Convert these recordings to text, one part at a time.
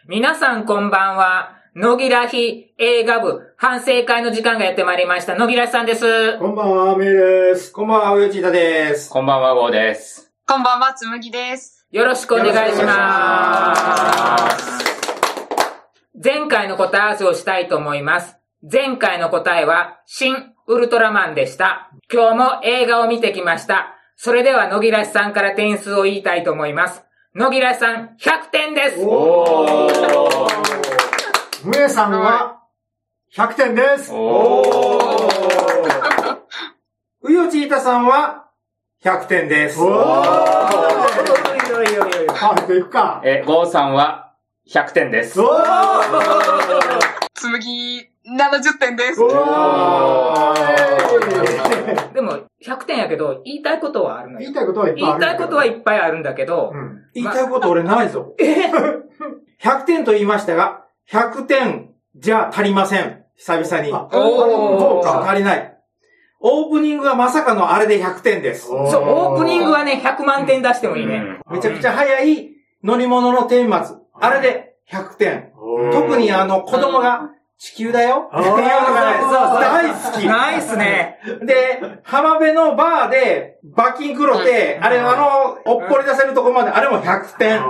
皆さんこんばんは。野木らひ映画部反省会の時間がやってまいりました。野木らひさんです。 こんばんは、めいです。 こんばんは、うよちいたです。 こんばんは、ゴーです。 こんばんは、つむぎです。 よろしくお願いします。前回の答え合わせをしたいと思います。前回の答えは、新ウルトラマンでした。今日も映画を見てきました。それでは野木らひさんから点数を言いたいと思います。野木らひさん、100点です。 おー。むえさんは、100点です。 おー。うよちいたさんは、100点です。 おー。 パーフェクトいくか。 ゴーさんは、100点です。 おー。 つむぎ、70点です。 おー。 でも、100点やけど、言いたいことはあるのよ。 言いたいことはいっぱいある。 言いたいことはいっぱいあるんだけど、 言いたいこと俺ないぞ。100点と言いましたが、100点じゃ足りません。久々に。 そうか。 足りない。オープニングはまさかのあれで100点です。 そう、オープニングはね、100万点出してもいいね。 めちゃくちゃ早い乗り物の顛末。あれで100点。特に子供が地球だよっていうのが大好き。 ナイスね。 で、浜辺のバーで罰金黒て、あれおっぽり出せるとこまで、あれも100点。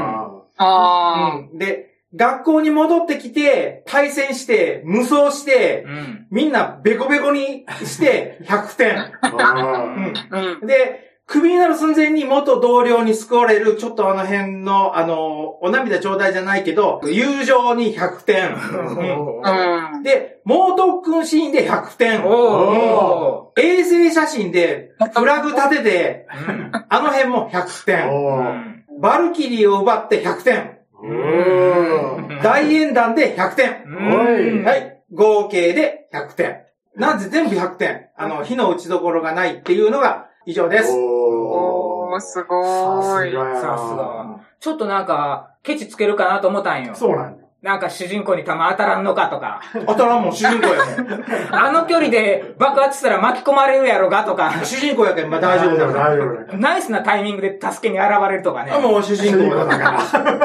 で、学校に戻ってきて、対戦して、無双して、みんなベコベコにして100点。で、クビになる寸前に元同僚に救われる、ちょっと辺の、お涙ちょうだいじゃないけど、友情に100点。で、猛特訓シーンで100点。衛星写真で、フラグ立てて、辺も100点。バルキリーを奪って100点。大演談で100点。はい。合計で100点。なんで全部100点。火の打ちどころがないっていうのが以上です。 おー、すごーい。 さすが。ちょっとなんか、ケチつけるかなと思ったんよ。 そうなんだ。 なんか主人公に弾当たらんのかとか。 当たらんもん、主人公やもん。 あの距離で爆発したら巻き込まれるやろがとか。 主人公やけん、まあ大丈夫だよ。 大丈夫。 ナイスなタイミングで助けに現れるとかね。 もう主人公だから。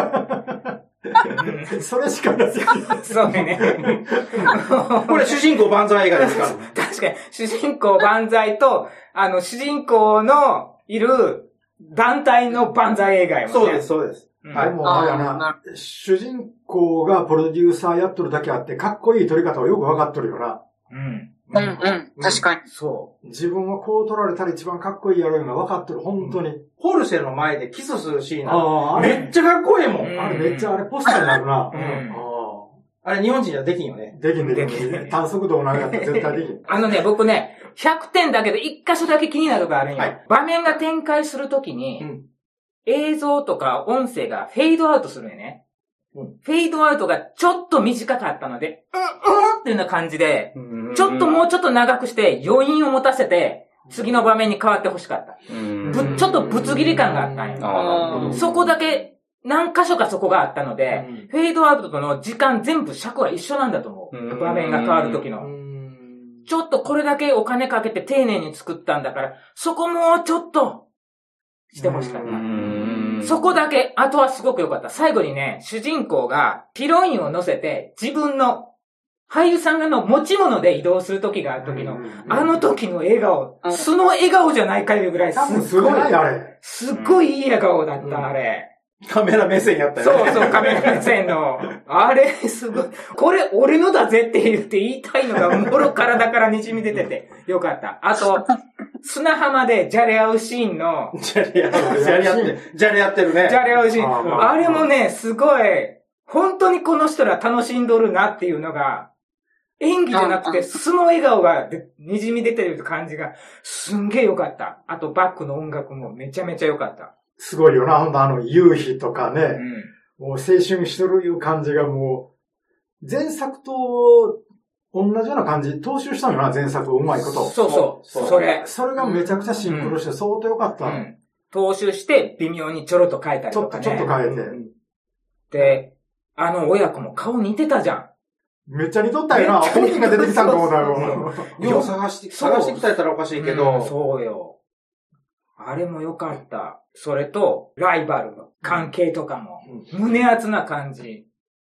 それしかない。 そうね。 これ主人公万歳映画ですから。 確かに、主人公万歳と、主人公のいる団体の万歳映画やもんね。 そうです、そうです。 でも、あれやな、主人公がプロデューサーやっとるだけあって、かっこいい撮り方をよくわかっとるよな。 確かに。 そう。 自分はこう撮られたら一番かっこいいやろうがわかっとる、本当に。 ポルシェの前でキスするシーンなの。めっちゃかっこいいもん。 あれめっちゃポスターになるな。 あれ日本人じゃできんよね。 できん。単速度を投げたら絶対できん。 僕ね、100点だけど一箇所だけ気になるのがあるんよ。場面が展開するときに、映像とか音声がフェードアウトするんよね。フェードアウトがちょっと短かったので、っていうような感じで、もうちょっと長くして余韻を持たせて、次の場面に変わってほしかった。ちょっとぶつ切り感があったんよ。そこだけ、何箇所かそこがあったので、フェードアウトとの時間全部尺は一緒なんだと思う。場面が変わる時の。ちょっとこれだけお金かけて丁寧に作ったんだから、そこもうちょっとしてほしかった。そこだけ、あとはすごく良かった。最後にね、主人公がヒロインを乗せて自分の俳優さんが持ち物で移動する時がある時の、あの時の笑顔、その笑顔じゃないかいうぐらいすごいいい笑顔だった、あれ。 カメラ目線やったよね。そう、カメラ目線の。あれ、すごい。これ、俺のだぜって言いたいのが、もろ体から滲み出てて、よかった。あと、砂浜でじゃれ合うシーンの。 じゃれ合ってるね。 じゃれ合うシーン。あれもね、すごい、本当にこの人ら楽しんどるなっていうのが、演技じゃなくて、素の笑顔が滲み出てる感じが、すんげえよかった。あと、バックの音楽もめちゃめちゃよかった。 すごいよな、ほんと夕日とかね。もう青春しとるいう感じがもう、前作と同じような感じ、踏襲したのよな、前作をうまいこと。 そう。それがめちゃくちゃシンクロして相当よかった。 踏襲して微妙にちょろっと変えたりとかね。 ちょっと変えて。 で、親子も顔似てたじゃん。 めっちゃ似とったよな。本人が出てきたんかもだよ。 よう探してきたらおかしいけど。 そうよ。あれも良かった。それと、ライバルの関係とかも、胸熱な感じ。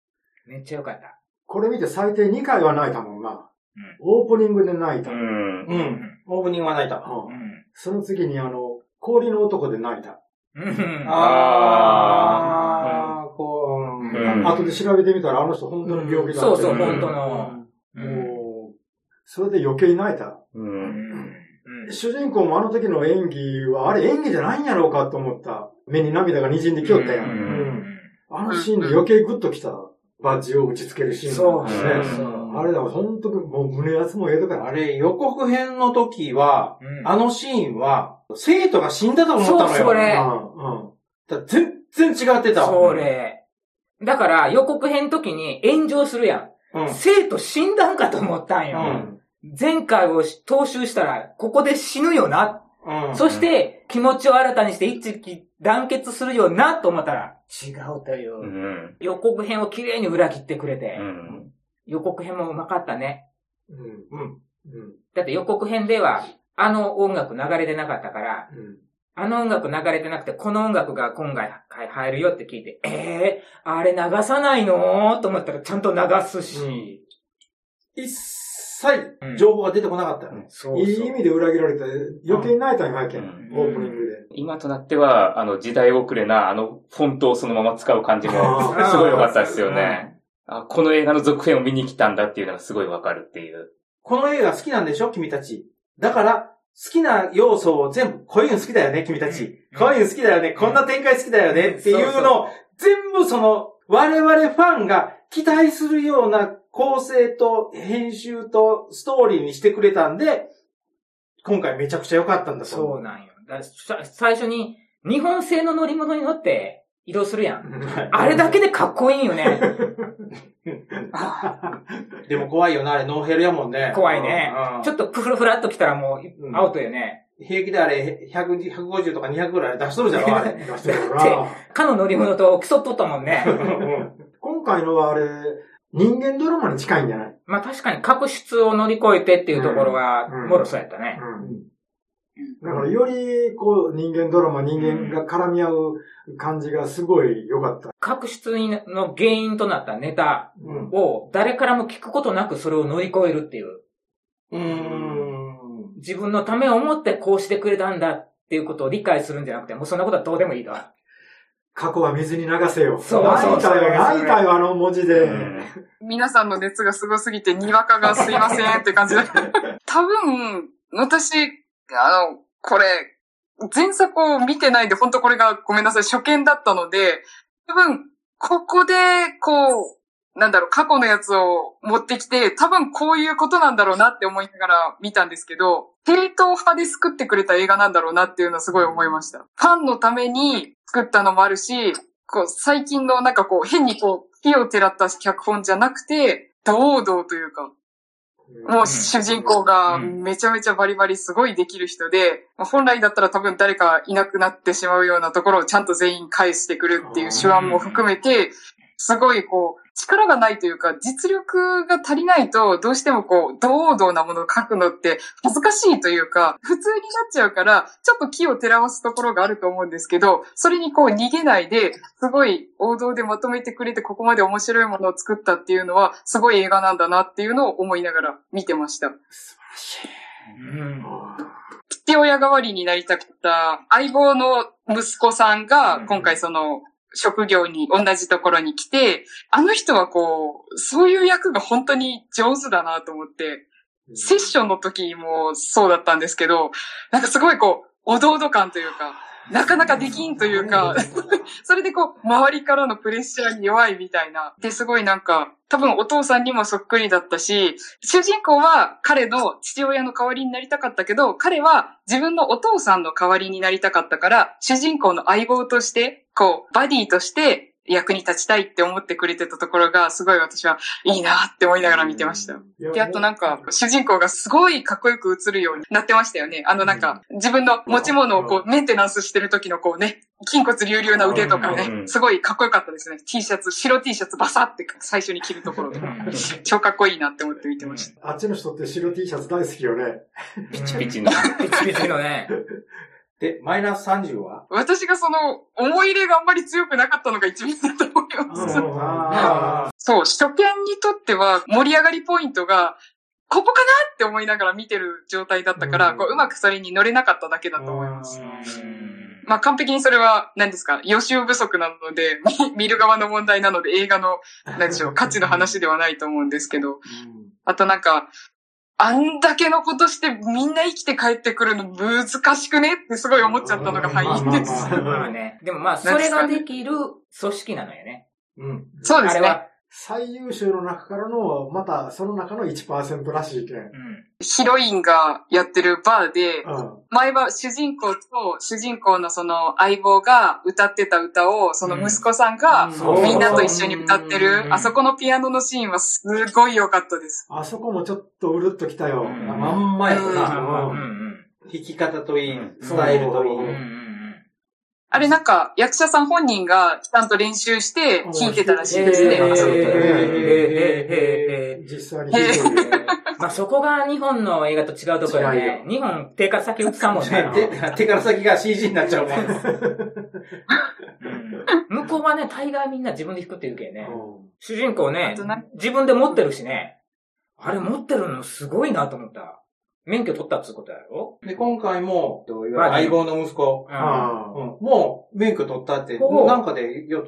めっちゃ良かった。 これ見て最低2回は泣いたもんな。オープニングで泣いた。 オープニングは泣いた。 その次に氷の男で泣いた。後で調べてみたらあの人本当の病気だった。 そうそう、本当の。 それで余計に泣いた。主人公もあの時の演技は、あれ演技じゃないんやろうかと思った。目に涙が滲んできよったやん。あのシーンで余計グッときた。バッジを打ち付けるシーン。 そうですね。あれだ、本当もう胸圧もええとか。 あれ、予告編の時は、あのシーンは、生徒が死んだと思ったのよ。 そう、それ。 全然違ってた。 それ。だから、予告編の時に炎上するやん。生徒死んだんかと思ったんよ。前回を踏襲したら、ここで死ぬよな。そして、気持ちを新たにして一致団結するよなと思ったら、違うという。予告編をきれいに裏切ってくれて。予告編もうまかったね。だって予告編では、あの音楽流れてなかったから、あの音楽流れてなくて、この音楽が今回入るよって聞いて、あれ流さないのと思ったらちゃんと流すし。 一切情報が出てこなかったよね。 いい意味で裏切られて、余計に泣いたんよ、オープニングで。 今となっては、時代遅れな、フォントをそのまま使う感じも、すごい良かったですよね。この映画の続編を見に来たんだっていうのがすごいわかるっていう。 この映画好きなんでしょ君たち。だから、好きな要素を全部、こういうの好きだよね君たち。こういうの好きだよね。こんな展開好きだよねっていうのを、全部我々ファンが期待するような構成と編集とストーリーにしてくれたんで、今回めちゃくちゃ良かったんだと思う。 そうなんよ。最初に日本製の乗り物に乗って移動するやん。あれだけでかっこいいよね。 でも怖いよな、あれノーヘルやもんね。 怖いね。ちょっとプフラっと来たらもうアウトよね。 平気であれ、150とか200ぐらい出しとるじゃろ、あれ。出しとるから。かの乗り物と競っとったもんね。 今回のはあれ、人間ドラマに近いんじゃない？ まあ確かに確執を乗り越えてっていうところが、もろそうやったね。 だからより、人間ドラマ、人間が絡み合う感じがすごい良かった。 確執の原因となったネタを誰からも聞くことなくそれを乗り越えるっていう。自分のためを思ってこうしてくれたんだっていうことを理解するんじゃなくて、もうそんなことはどうでもいいと。 過去は水に流せよ。 そう泣いたよ、あの文字で。 皆さんの熱がすごすぎて、にわかがすいませんって感じだ。多分、私、これ、前作を見てないんで、本当これがごめんなさい、初見だったので、多分、ここで、過去のやつを持ってきて、多分こういうことなんだろうなって思いながら見たんですけど、正統派で作ってくれた映画なんだろうなっていうのはすごい思いました。ファンのために作ったのもあるし、最近の変に火を照らった脚本じゃなくて、堂々というか、もう主人公がめちゃめちゃバリバリすごいできる人で、本来だったら多分誰かいなくなってしまうようなところをちゃんと全員返してくるっていう手腕も含めて、すごい力がないというか、実力が足りないと、どうしても堂々なものを書くのって恥ずかしいというか、普通になっちゃうから、ちょっと気を照らわすところがあると思うんですけど、それに逃げないで、すごい王道でまとめてくれて、ここまで面白いものを作ったっていうのは、すごい映画なんだなっていうのを思いながら見てました。 素晴らしい。 父親代わりになりたかった相棒の息子さんが、今回職業に同じところに来て、あの人はそういう役が本当に上手だなと思って、セッションの時もそうだったんですけど、すごいおどおど感というか、なかなかできんというか、それで周りからのプレッシャーに弱いみたいな。で、すごい多分お父さんにもそっくりだったし、主人公は彼の父親の代わりになりたかったけど、彼は自分のお父さんの代わりになりたかったから、主人公の相棒として、バディとして役に立ちたいって思ってくれてたところが、すごい私はいいなって思いながら見てました。で、あと主人公がすごいかっこよく映るようになってましたよね。自分の持ち物をメンテナンスしてる時の筋骨隆々な腕とかね、すごいかっこよかったですね。白 T シャツバサって最初に着るところとか、超かっこいいなって思って見てました。 あっちの人って白 T シャツ大好きよね。 ピチピチの。 ピチピチのね。 で、マイナス30は？ 私が思い入れがあんまり強くなかったのが一番だと思います。 そう、初見にとっては盛り上がりポイントが、ここかなって思いながら見てる状態だったから、うまくそれに乗れなかっただけだと思います。まあ完璧にそれは何ですか、予習不足なので、見る側の問題なので映画の、何でしょう、価値の話ではないと思うんですけど、あとなんか、あんだけのことしてみんな生きて帰ってくるの難しくねってすごい思っちゃったのが敗因です。 でもまあ、それができる組織なのよね。 そうですね。 最優秀の中からの、またその中の 1% らしいけん。 ヒロインがやってるバーで、前は主人公と主人公のその相棒が歌ってた歌を、その息子さんがみんなと一緒に歌ってる、あそこのピアノのシーンはすごい良かったです。 あそこもちょっとうるっときたよ。 まんまやったな。弾き方といい、スタイルといい。 あれなんか、役者さん本人がちゃんと練習して弾いてたらしいですね。 実際に弾いてる。 まあそこが日本の映画と違うところでね。日本手から先打つさもんね。 手から先が CG になっちゃうもん。 向こうはね、大概みんな自分で弾くって言うけんね。主人公ね、自分で持ってるしね。あれ持ってるのすごいなと思った。免許取ったってことやろ？ で、今回も、相棒の息子、もう免許取ったって、なんかで言った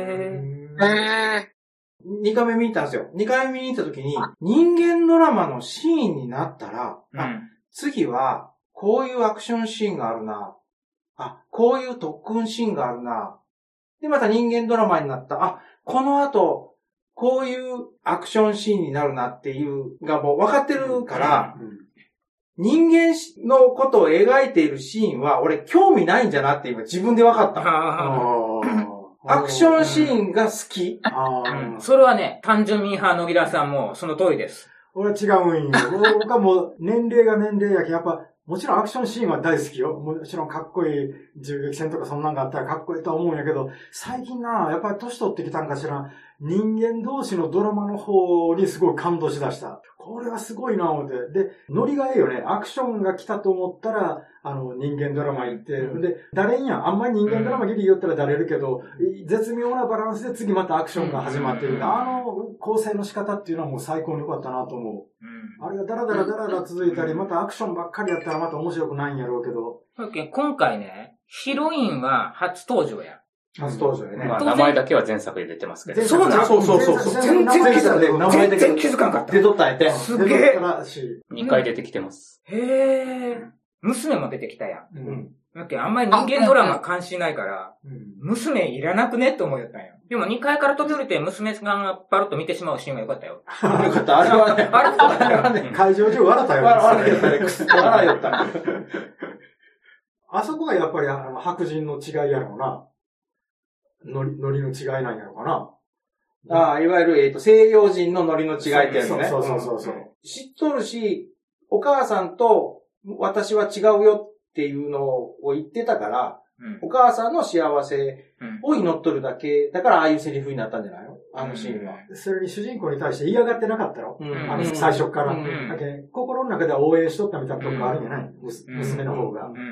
。2回目見に行ったんですよ。2回目見に行った時に、人間ドラマのシーンになったら、次は、こういうアクションシーンがあるな。こういう特訓シーンがあるな。で、また人間ドラマになった。この後、こういうアクションシーンになるなっていうがもう分かってるから、人間のことを描いているシーンは、俺興味ないんじゃなって今自分で分かった。アクションシーンが好き。 それはね、単純ミーハーのぎらさんもその通りです。 俺は違うんよ。僕はもう年齢が年齢やけど、やっぱ、もちろんアクションシーンは大好きよ。もちろんかっこいい銃撃戦とかそんなんがあったらかっこいいとは思うんやけど、最近やっぱり年取ってきたんかしら、人間同士のドラマの方にすごい感動しだした。これはすごいな思って。で、ノリがええよね。アクションが来たと思ったら、人間ドラマ行って、で、誰んや。あんまり人間ドラマギリ言ったら誰るけど、絶妙なバランスで次またアクションが始まってる。構成の仕方っていうのはもう最高に良かったなと思う。あれがダラダラ続いたり、またアクションばっかりやったらまた面白くないんやろうけど。 今回ね、ヒロインは初登場や。 初登場やね。 まあ、名前だけは前作で出てますけど。 そうなの？ そう。 全然気づかんかった。 出とったんやて。 すげえ。 2回出てきてます。 へえ。娘も出てきたやん。だってあんまり人間ドラマ関心ないから、娘いらなくねって思いよったんよ。でも2階から飛び降りて娘さんがパロッと見てしまうシーンが良かったよ。 よかった。あれはね、 会場中笑ったよ。 笑いよった。 あそこがやっぱり白人の違いやろうな。ノリの違いなんやろうかな。 いわゆる、西洋人のノリの違いってやつね。 そう。 知っとるし、お母さんと私は違うよっていうのを言ってたから、お母さんの幸せを祈っとるだけ、だからああいうセリフになったんじゃないの？あのシーンは。 それに主人公に対して嫌がってなかったろ？最初から。だけ心の中では応援しとったみたいなとこがあるんじゃない？娘の方が。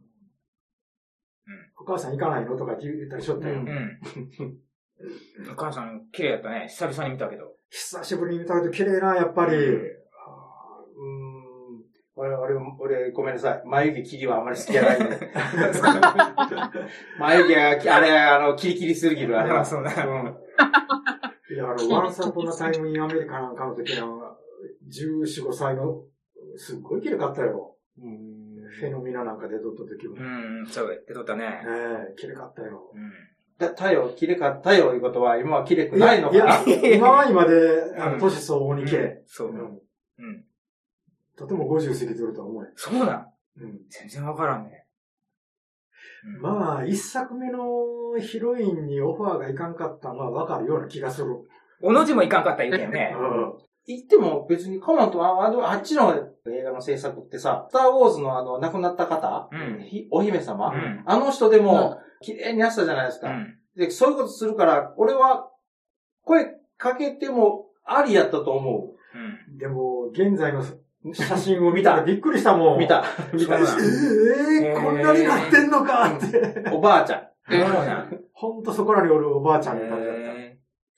お母さん行かないのとか言ったりしょったよ。 お母さん綺麗やったね。久々に見たけど。 久しぶりに見たけど綺麗な、やっぱり。 俺、ごめんなさい。眉毛切りはあんまり好きじゃないんで。眉毛が、キリキリすぎる、あれは。 そうだ。 いや、ワンサポンのタイムインアメリカなんかの時の、14、5歳の、すっごい綺麗かったよ。フェノミナなんか出とった時も。 そう、出とったね。 綺麗かったよ。 綺麗かったよ、いうことは、今は綺麗くないのかな？ 今は今で、年相応に綺麗。 そう。 とても50過ぎてると思う。 そうだ。全然わからんね。 まあ、一作目のヒロインにオファーがいかんかったのはわかるような気がする。 おの字もいかんかった言うけんね。 言っても別にカモンとあっちの映画の制作ってさ、スターウォーズの亡くなった方、お姫様、あの人でも綺麗にやってたじゃないですか。で、そういうことするから、俺は声かけてもありやったと思う。でも、現在の写真を見たらびっくりしたもん。 見た。 こんなになってんのかって。 おばあちゃん。 ほんとそこらにおるおばあちゃんになっちゃった。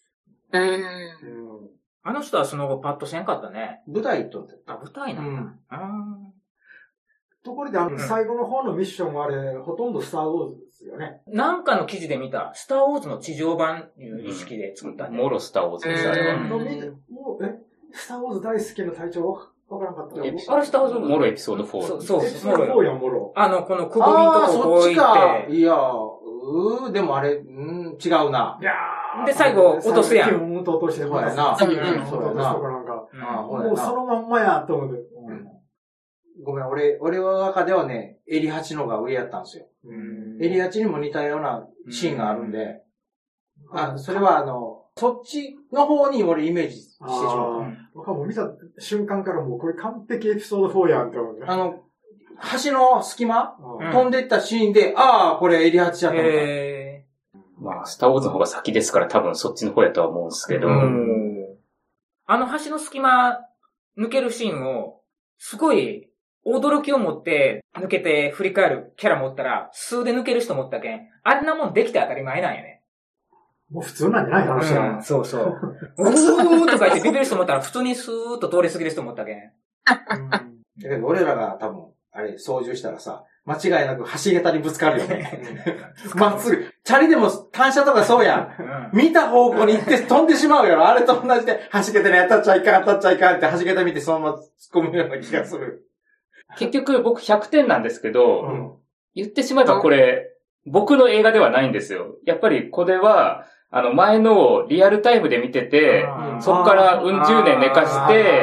あの人はその後パッとせんかったね。 舞台とって。 あ、舞台なんだ。 ところで最後の方のミッションはあれ、ほとんどスターウォーズですよね。 なんかの記事で見た、スターウォーズの地上版いう意識で作ったんで。 もろスターウォーズです、あれは。 スターウォーズ大好きな隊長わからなかった。 あれスターウォーズもろエピソード4。 そう、 エピソード4やん、もろ。 このくぼみのとここう行って。 いやでもあれ、違うな。 いやで、最後、落とすやん。 落として、 そうやな。 そうやな。もうそのまんまや、と思って。 ごめん、俺の中ではね、エリハチのが上やったんですよ。エリハチにも似たようなシーンがあるんで、それはそっちの方に俺イメージしてしまった。 僕はもう見た瞬間からもうこれ完璧エピソード4やんって思って。 橋の隙間、飛んでったシーンで、これエリハチやったのか。 まあ、スターウォーズの方が先ですから多分そっちの方やとは思うんですけど。 橋の隙間抜けるシーンを、すごい、驚きを持って抜けて振り返るキャラ持ったら、数で抜ける人持ったけん、あんなもんできて当たり前なんよね。 もう普通なんじゃないかな、 そうそう。うーとか言ってビビる人持ったら、普通にスーッと通り過ぎる人持ったけん。 だけど俺らが多分、操縦したらさ、間違いなく橋桁にぶつかるよね。まっすぐ。チャリでも単車とかそうやん。見た方向に行って飛んでしまうやろ。あれと同じで、橋桁に当たっちゃいかんって橋桁見てそのまま突っ込むような気がする。 結局僕100点なんですけど、言ってしまえばこれ、僕の映画ではないんですよ。やっぱりこれは、前のをリアルタイムで見てて、そこから10年寝かして、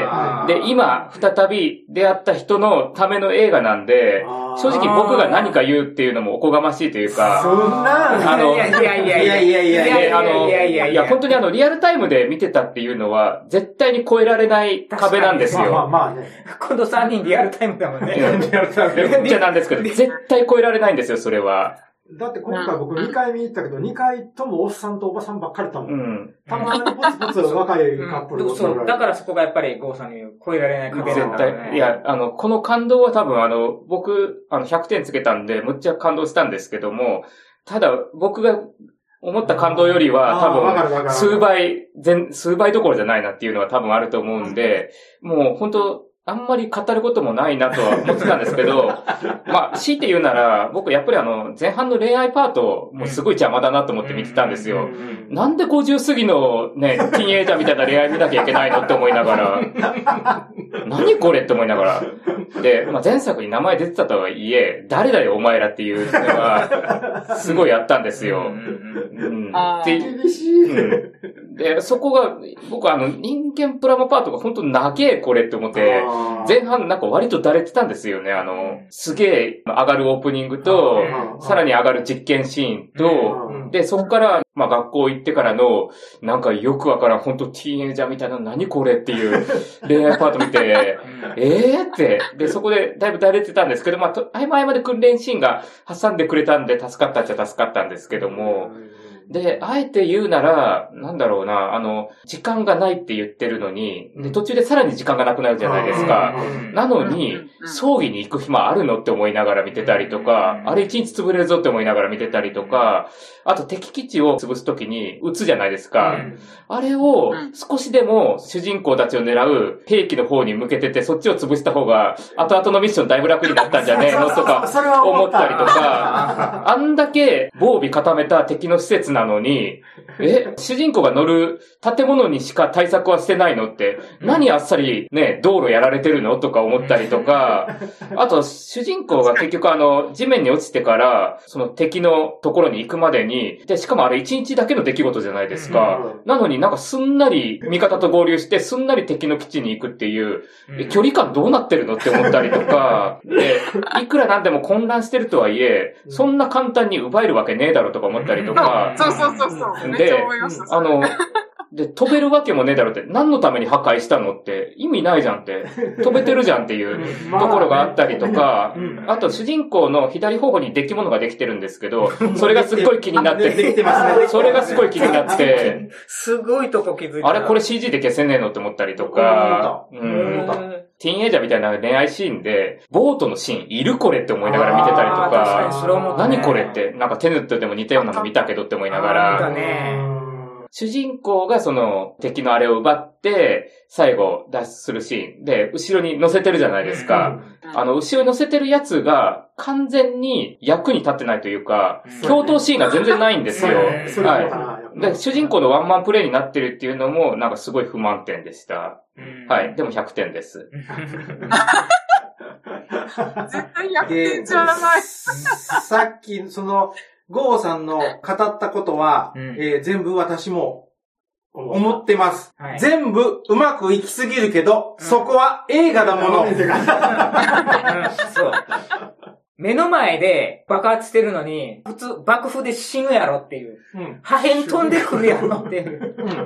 で、今、再び出会った人のための映画なんで、正直僕が何か言うっていうのもおこがましいというか、 そんな、 いや、本当にリアルタイムで見てたっていうのは、絶対に超えられない壁なんですよ。 まあね。 今度3人リアルタイムだもんね。 リアルタイム。じゃなんですけど、絶対超えられないんですよ、それは。 だって今回僕2回見に行ったけど、2回ともおっさんとおばさんばっかりだもん。たまにポツポツ若いカップルそう、だからそこがやっぱりゴーさんに超えられない壁なんだ絶対。いや、この感動は多分僕、100点つけたんで、むっちゃ感動したんですけども、ただ、僕が思った感動よりは、多分、数倍どころじゃないなっていうのは多分あると思うんで、もう本当あんまり語ることもないなとは思ってたんですけど、まあ、強いて言うなら、僕やっぱり前半の恋愛パートもすごい邪魔だなと思って見てたんですよ。なんで50過ぎのね、ティーンエイジャーみたいな恋愛見なきゃいけないのって思いながら、何これって思いながら。で、まあ、前作に名前出てたとはいえ、誰だよお前らっていうのが、すごいあったんですよ。 厳しい。 で、そこが、僕人間プラマパートが本当長えこれって思って、前半なんか割とだれてたんですよね。すげえ上がるオープニングと、さらに上がる実験シーンと、で、そこから、まあ学校行ってからの、なんかよくわからん、本当ティーンエイジャーみたいな、何これっていう恋愛パート見て、って。で、そこでだいぶだれてたんですけど、まあ、合間で訓練シーンが挟んでくれたんで助かったっちゃ助かったんですけども、で、あえて言うなら、なんだろうな、時間がないって言ってるのに、で、途中でさらに時間がなくなるじゃないですか。なのに、葬儀に行く暇あるのって思いながら見てたりとか、あれ一日潰れるぞって思いながら見てたりとか、あと敵基地を潰すときに撃つじゃないですか。あれを少しでも主人公たちを狙う兵器の方に向けてて、そっちを潰した方が、後々のミッションだいぶ楽になったんじゃねえのとか、思ったりとか、あんだけ防備固めた敵の施設なのに、主人公が乗る建物にしか対策はしてないのって、何あっさりね、道路やられてるのとか思ったりとか、あと主人公が結局地面に落ちてから、その敵のところに行くまでに、で、しかもあれ1日だけの出来事じゃないですか。なのになんかすんなり味方と合流して、すんなり敵の基地に行くっていう、距離感どうなってるのって思ったりとか、で、いくらなんでも混乱してるとはいえ、そんな簡単に奪えるわけねえだろうとか思ったりとか、 そう。めっちゃ思います。 で、飛べるわけもねえだろって、何のために破壊したのって意味ないじゃんって、飛べてるじゃんっていうところがあったりとか、あと主人公の左方向に出来物ができてるんですけど、それがすっごい気になって、それがすごい気になって、 すごいとこ気づいた。 あれこれ CG で消せねえのって思ったりとか、ティーンエイジャーみたいな恋愛シーンで、ボートのシーンいるこれって思いながら見てたりとか、何これって、なんかテネットでも似たようなの見たけどって思いながら、 主人公がその敵のあれを奪って、最後脱出するシーンで、後ろに乗せてるじゃないですか。後ろに乗せてるやつが完全に役に立ってないというか、共闘シーンが全然ないんですよ。はい。で、主人公のワンマンプレイになってるっていうのも、なんかすごい不満点でした。はい。でも100点です。 絶対100点じゃない。 さっき、ゴーさんの語ったことは、全部私も思ってます。はい、全部うまくいきすぎるけど、そこは映画だもの。 そう。目の前で爆発してるのに、普通爆風で死ぬやろっていう。破片飛んでくるやろっていう。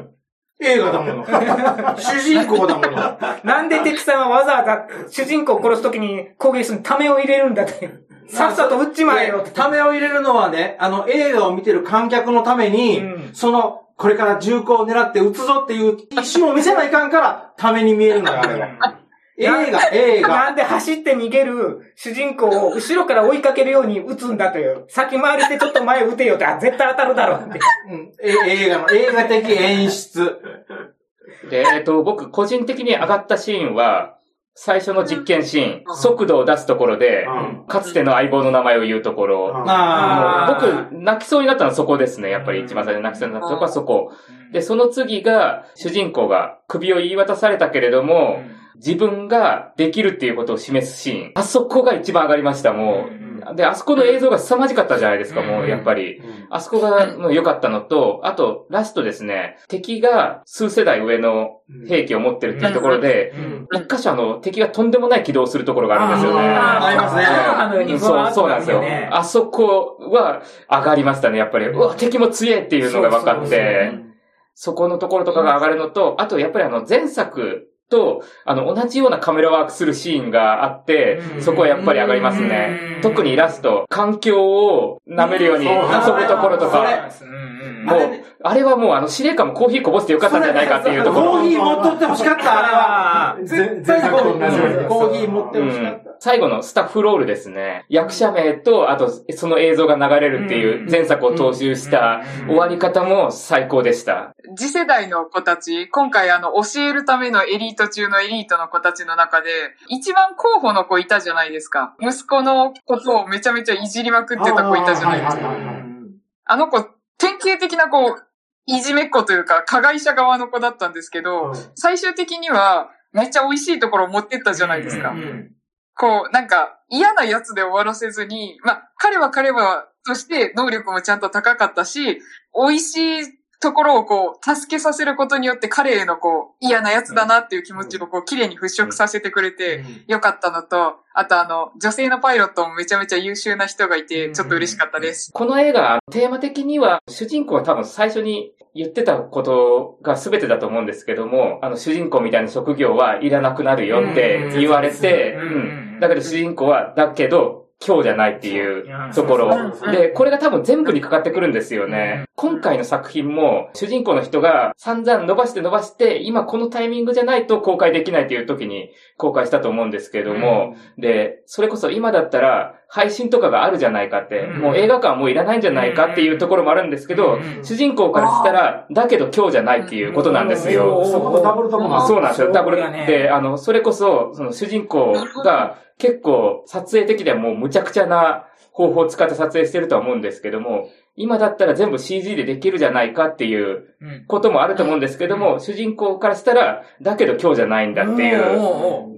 映画だもの。主人公だもの。 なんで敵さんはわざわざ主人公を殺すときに攻撃するにためを入れるんだっていう。さっさと撃っちまえよって。 ためを入れるのはね、映画を見てる観客のために、これから銃口を狙って撃つぞっていう意思も見せないかんから、ために見えるのよ、あれは。映画。 なんで走って逃げる主人公を後ろから追いかけるように撃つんだという。先回りしてちょっと前撃てよって、絶対当たるだろうって。 映画的演出。 で、僕個人的に上がったシーンは、最初の実験シーン、速度を出すところで、かつての相棒の名前を言うところ。僕、泣きそうになったのはそこですね。やっぱり一番最初に泣きそうになったところはそこ。で、その次が、主人公が首を言い渡されたけれども、自分ができるっていうことを示すシーン。あそこが一番上がりました、もう。で、あそこの映像が凄まじかったじゃないですか、もう、やっぱり。あそこが良かったのと、あと、ラストですね、敵が数世代上の兵器を持ってるっていうところで、一箇所敵がとんでもない起動するところがあるんですよね。 ありますね。 そうなんですよ。あそこは上がりましたね、やっぱり。うわ、敵も強いっていうのが分かって、そこのところとかが上がるのと、あと、やっぱり前作、と、同じようなカメラワークするシーンがあって、そこはやっぱり上がりますね。特にラスト、環境を舐めるように遊ぶところとか、もう、あれはもう司令官もコーヒーこぼしてよかったんじゃないかっていうところ。 コーヒー持っとってほしかった、あれは。絶対コーヒー持ってほしかった。 最後のスタッフロールですね。役者名と、あと、その映像が流れるっていう前作を踏襲した終わり方も最高でした。 次世代の子たち、今回教えるためのエリート中のエリートの子たちの中で、一番候補の子いたじゃないですか。息子のことをめちゃめちゃいじりまくってた子いたじゃないですか。あの子、典型的ないじめっ子というか、加害者側の子だったんですけど、最終的にはめっちゃ美味しいところを持ってったじゃないですか。なんか嫌なやつで終わらせずに、彼はとして能力もちゃんと高かったし、美味しいところを助けさせることによって彼への嫌なやつだなっていう気持ちを綺麗に払拭させてくれてよかったのと、あと女性のパイロットもめちゃめちゃ優秀な人がいて、ちょっと嬉しかったです。 この映画、テーマ的には、主人公は多分最初に言ってたことが全てだと思うんですけども、主人公みたいな職業はいらなくなるよって言われて、だけど主人公は、だけど、今日じゃないっていうところ。で、これが多分全部にかかってくるんですよね。今回の作品も、主人公の人が散々伸ばして、今このタイミングじゃないと公開できないっていう時に公開したと思うんですけれども、で、それこそ今だったら配信とかがあるじゃないかって、もう映画館はもういらないんじゃないかっていうところもあるんですけど、主人公からしたら、だけど今日じゃないっていうことなんですよ。そうなんですよ。ダブルで、それこそ、主人公が、結構撮影的ではもう無茶苦茶な方法を使って撮影してるとは思うんですけども、今だったら全部 CG でできるじゃないかっていうこともあると思うんですけども、主人公からしたら、だけど今日じゃないんだっていう、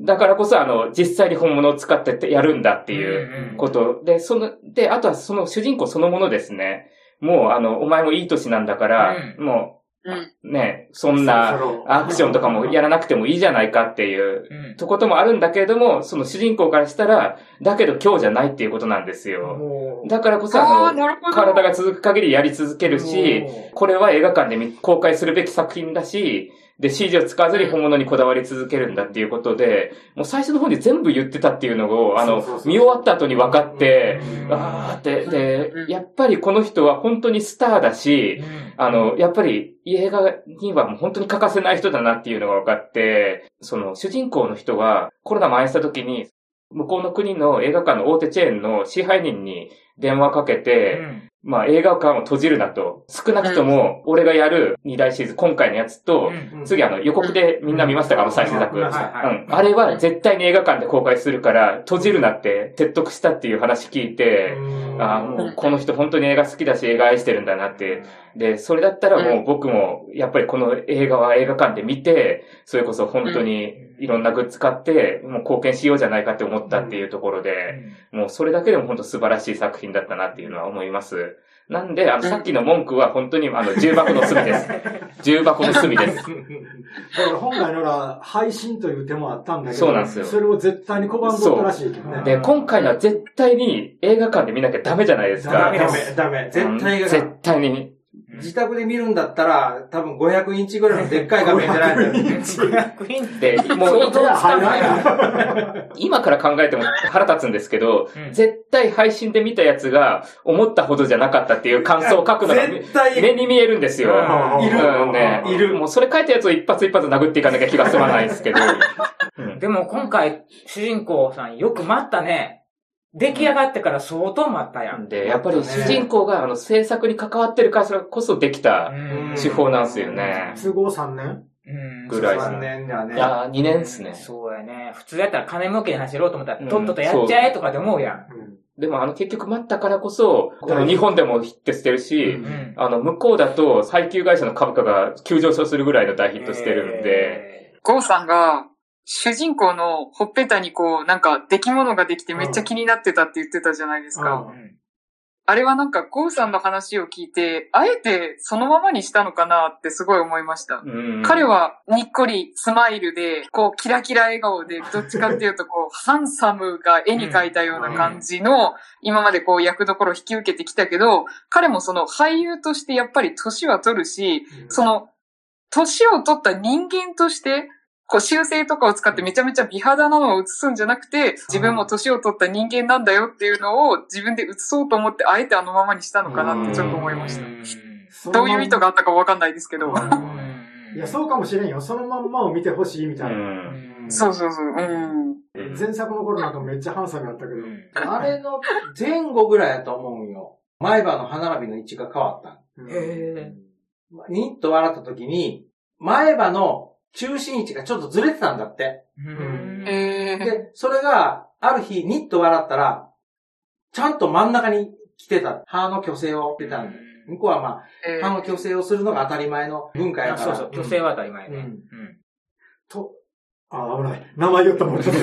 だからこそ実際に本物を使ってやるんだっていうことで、あとはその主人公そのものですね。もうお前もいい歳なんだから、もう、ね、そんなアクションとかもやらなくてもいいじゃないかっていうこともあるんだけれども、その主人公からしたら、だけど今日じゃないっていうことなんですよ。だからこそ体が続く限りやり続けるし、これは映画館で公開するべき作品だし、で、CG を使わずに本物にこだわり続けるんだっていうことで、もう最初の方に全部言ってたっていうのを、見終わった後に分かって、で、やっぱりこの人は本当にスターだし、やっぱり映画にはもう本当に欠かせない人だなっていうのが分かって、主人公の人がコロナ蔓延した時に、向こうの国の映画館の大手チェーンの支配人に電話かけて、 まあ映画館を閉じるなと。少なくとも、俺がやる2大シリーズ、今回のやつと、次予告でみんな見ましたか最新作。あれは絶対に映画館で公開するから、閉じるなって説得したっていう話聞いて、もうこの人本当に映画好きだし映画愛してるんだなって。で、それだったらもう僕も、やっぱりこの映画は映画館で見て、それこそ本当にいろんなグッズ買って、もう貢献しようじゃないかって思ったっていうところで、もうそれだけでも本当素晴らしい作品だったなっていうのは思います。なんで、さっきの文句は本当に重箱の隅です。重箱の隅です。だから本来なら配信という手もあったんだけど、 そうなんですよ。 それを絶対に拒んどったらしいけどね。 で、今回のは絶対に映画館で見なきゃダメじゃないですか。 ダメ。絶対映画館。 絶対に。 自宅で見るんだったら、多分500インチぐらいのでっかい画面じゃないと。 500インチで、もう今から考えても腹立つんですけど、絶対配信で見たやつが思ったほどじゃなかったっていう感想を書くのが目に見えるんですよ。いる。もうそれ書いたやつを一発一発殴っていかなきゃ気が済まないんですけど。 でも今回、主人公さんよく待ったね。出来上がってから相当待ったやん。 で、やっぱり主人公が制作に関わってるからこそできた手法なんですよね。 都合3年ぐらいですね。 3年だね。 いや、2年ですね。 そうやね。普通やったら金儲けに走ろうと思ったら、とっととやっちゃえとかで思うやん。 でも結局待ったからこそ、日本でもヒットしてるし、向こうだと配給会社の株価が急上昇するぐらいの大ヒットしてるんで。 ゴーさんが、主人公のほっぺたに出来物ができてめっちゃ気になってたって言ってたじゃないですか。あれはゴーさんの話を聞いて、あえてそのままにしたのかなってすごい思いました。彼はにっこりスマイルで、キラキラ笑顔で、どっちかっていうとハンサムが絵に描いたような感じの、今まで役どころを引き受けてきたけど、彼もその俳優としてやっぱり年は取るし、その、年を取った人間として、修正とかを使ってめちゃめちゃ美肌なのを映すんじゃなくて、自分も年を取った人間なんだよっていうのを自分で映そうと思って、あえてあのままにしたのかなってちょっと思いました。どういう意図があったかわかんないですけど。 いや、そうかもしれんよ。そのまんまを見てほしいみたいな。 そう。 前作の頃なんかめっちゃハンサムやったけど。 あれの前後ぐらいやと思うんよ。前歯の歯並びの位置が変わった。ニッと笑った時に、前歯の中心位置がちょっとずれてたんだって。で、それが、ある日、ニッと笑ったら、ちゃんと真ん中に来てた。歯の矯正をしてたんで。向こうは歯の矯正をするのが当たり前の文化やから。 そう、矯正は当たり前ね。 危ない。名前言ったもん。と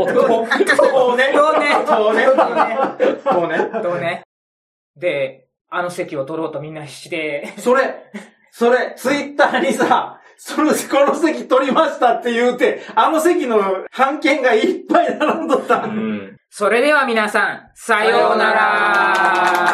ね。で、席を取ろうとみんな必死で。 それ、ツイッターにさ、この席取りましたって言うて、席の半券がいっぱい並んどった。 それでは皆さん、さようなら。